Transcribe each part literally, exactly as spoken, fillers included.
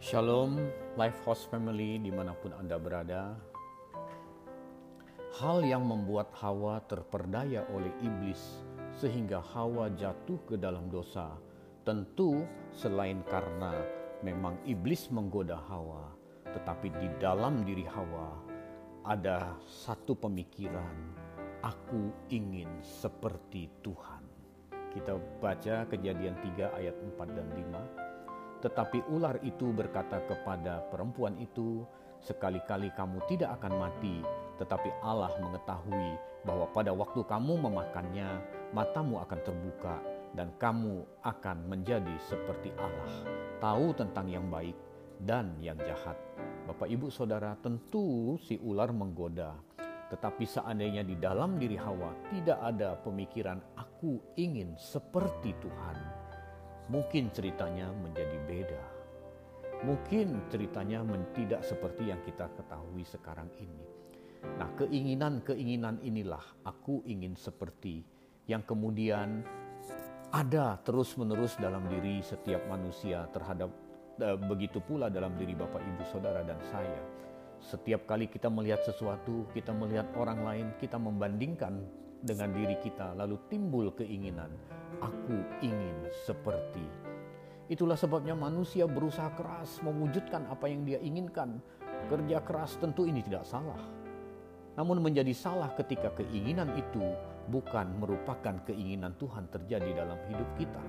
Shalom, Life House Family dimanapun Anda berada. Hal yang membuat Hawa terperdaya oleh iblis sehingga Hawa jatuh ke dalam dosa, tentu selain karena memang iblis menggoda Hawa, tetapi di dalam diri Hawa ada satu pemikiran, aku ingin seperti Tuhan. Kita baca Kejadian tiga ayat empat dan lima. Tetapi ular itu berkata kepada perempuan itu, sekali-kali kamu tidak akan mati, tetapi Allah mengetahui bahwa pada waktu kamu memakannya, matamu akan terbuka dan kamu akan menjadi seperti Allah, tahu tentang yang baik dan yang jahat. Bapak, Ibu, Saudara, tentu si ular menggoda. Tetapi seandainya di dalam diri Hawa tidak ada pemikiran aku ingin seperti Tuhan, mungkin ceritanya menjadi beda. Mungkin ceritanya tidak seperti yang kita ketahui sekarang ini. Nah, keinginan-keinginan inilah aku ingin seperti yang kemudian ada terus-menerus dalam diri setiap manusia terhadap eh, begitu pula dalam diri Bapak, Ibu, Saudara, dan saya. Setiap kali kita melihat sesuatu, kita melihat orang lain, kita membandingkan dengan diri kita, lalu timbul keinginan, aku ingin seperti. Itulah sebabnya manusia berusaha keras mewujudkan apa yang dia inginkan. Kerja keras tentu ini tidak salah. Namun menjadi salah ketika keinginan itu bukan merupakan keinginan Tuhan terjadi dalam hidup kita.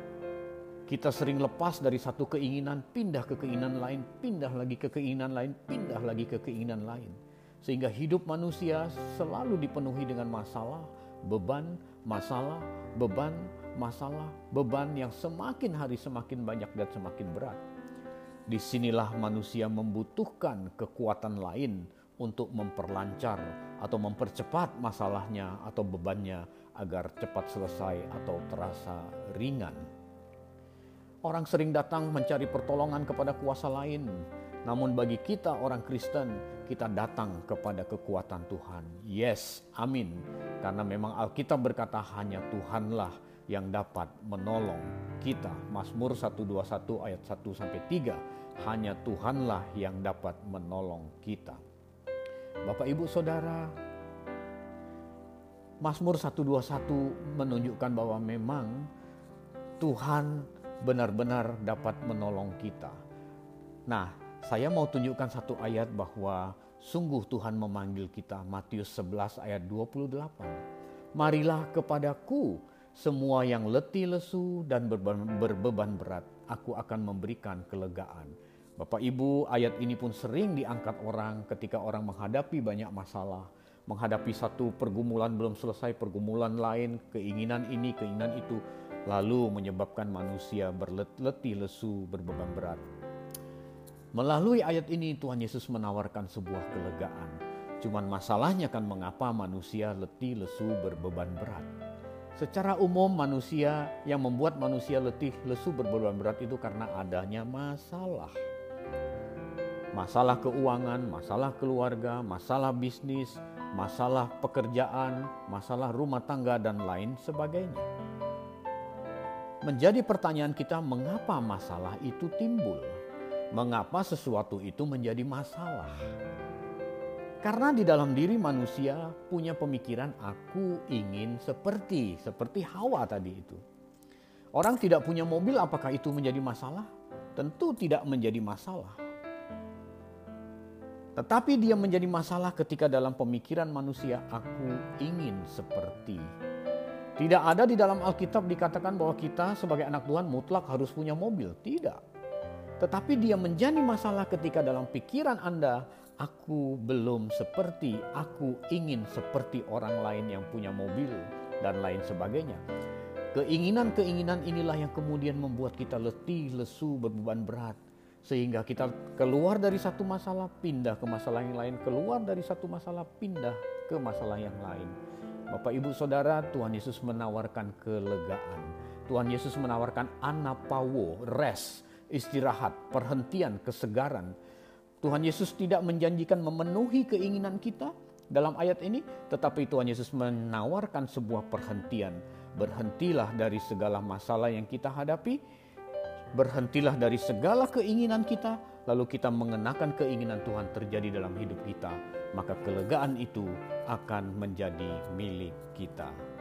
Kita sering lepas dari satu keinginan, pindah ke keinginan lain, pindah lagi ke keinginan lain, pindah lagi ke keinginan lain. Sehingga hidup manusia selalu dipenuhi dengan masalah, beban, masalah, beban, masalah, beban yang semakin hari semakin banyak dan semakin berat. Disinilah manusia membutuhkan kekuatan lain untuk memperlancar atau mempercepat masalahnya atau bebannya agar cepat selesai atau terasa ringan. Orang sering datang mencari pertolongan kepada kuasa lain. Namun bagi kita orang Kristen, kita datang kepada kekuatan Tuhan. Yes, amin. Karena memang Alkitab berkata hanya Tuhanlah yang dapat menolong kita. Mazmur seratus dua puluh satu ayat satu sampai tiga. Hanya Tuhanlah yang dapat menolong kita. Bapak, Ibu, Saudara, Mazmur seratus dua puluh satu menunjukkan bahwa memang Tuhan benar-benar dapat menolong kita. Nah, saya mau tunjukkan satu ayat bahwa sungguh Tuhan memanggil kita. Matius sebelas ayat dua puluh delapan. Marilah kepadaku semua yang letih lesu dan berbeban, berbeban berat, aku akan memberikan kelegaan. Bapak, Ibu, ayat ini pun sering diangkat orang ketika orang menghadapi banyak masalah, menghadapi satu pergumulan belum selesai, pergumulan lain, keinginan ini, keinginan itu, lalu menyebabkan manusia berletih lesu, berbeban berat. Melalui ayat ini Tuhan Yesus menawarkan sebuah kelegaan. Cuman masalahnya kan mengapa manusia letih lesu, berbeban berat. Secara umum manusia yang membuat manusia letih lesu, berbeban berat itu karena adanya masalah. Masalah keuangan, masalah keluarga, masalah bisnis, masalah pekerjaan, masalah rumah tangga dan lain sebagainya. Menjadi pertanyaan kita, mengapa masalah itu timbul? Mengapa sesuatu itu menjadi masalah? Karena di dalam diri manusia punya pemikiran aku ingin seperti, seperti Hawa tadi itu. Orang tidak punya mobil, apakah itu menjadi masalah? Tentu tidak menjadi masalah. Tetapi dia menjadi masalah ketika dalam pemikiran manusia aku ingin seperti. Tidak ada di dalam Alkitab dikatakan bahwa kita sebagai anak Tuhan mutlak harus punya mobil. Tidak. Tetapi dia menjadi masalah ketika dalam pikiran Anda, aku belum seperti, aku ingin seperti orang lain yang punya mobil dan lain sebagainya. Keinginan-keinginan inilah yang kemudian membuat kita letih, lesu, berbeban berat. Sehingga kita keluar dari satu masalah, pindah ke masalah yang lain. Keluar dari satu masalah, pindah ke masalah yang lain. Bapak, Ibu, Saudara, Tuhan Yesus menawarkan kelegaan. Tuhan Yesus menawarkan anapawo, rest, istirahat, perhentian, kesegaran. Tuhan Yesus tidak menjanjikan memenuhi keinginan kita dalam ayat ini, tetapi Tuhan Yesus menawarkan sebuah perhentian. Berhentilah dari segala masalah yang kita hadapi. Berhentilah dari segala keinginan kita, lalu kita mengenakan keinginan Tuhan terjadi dalam hidup kita, maka kelegaan itu akan menjadi milik kita.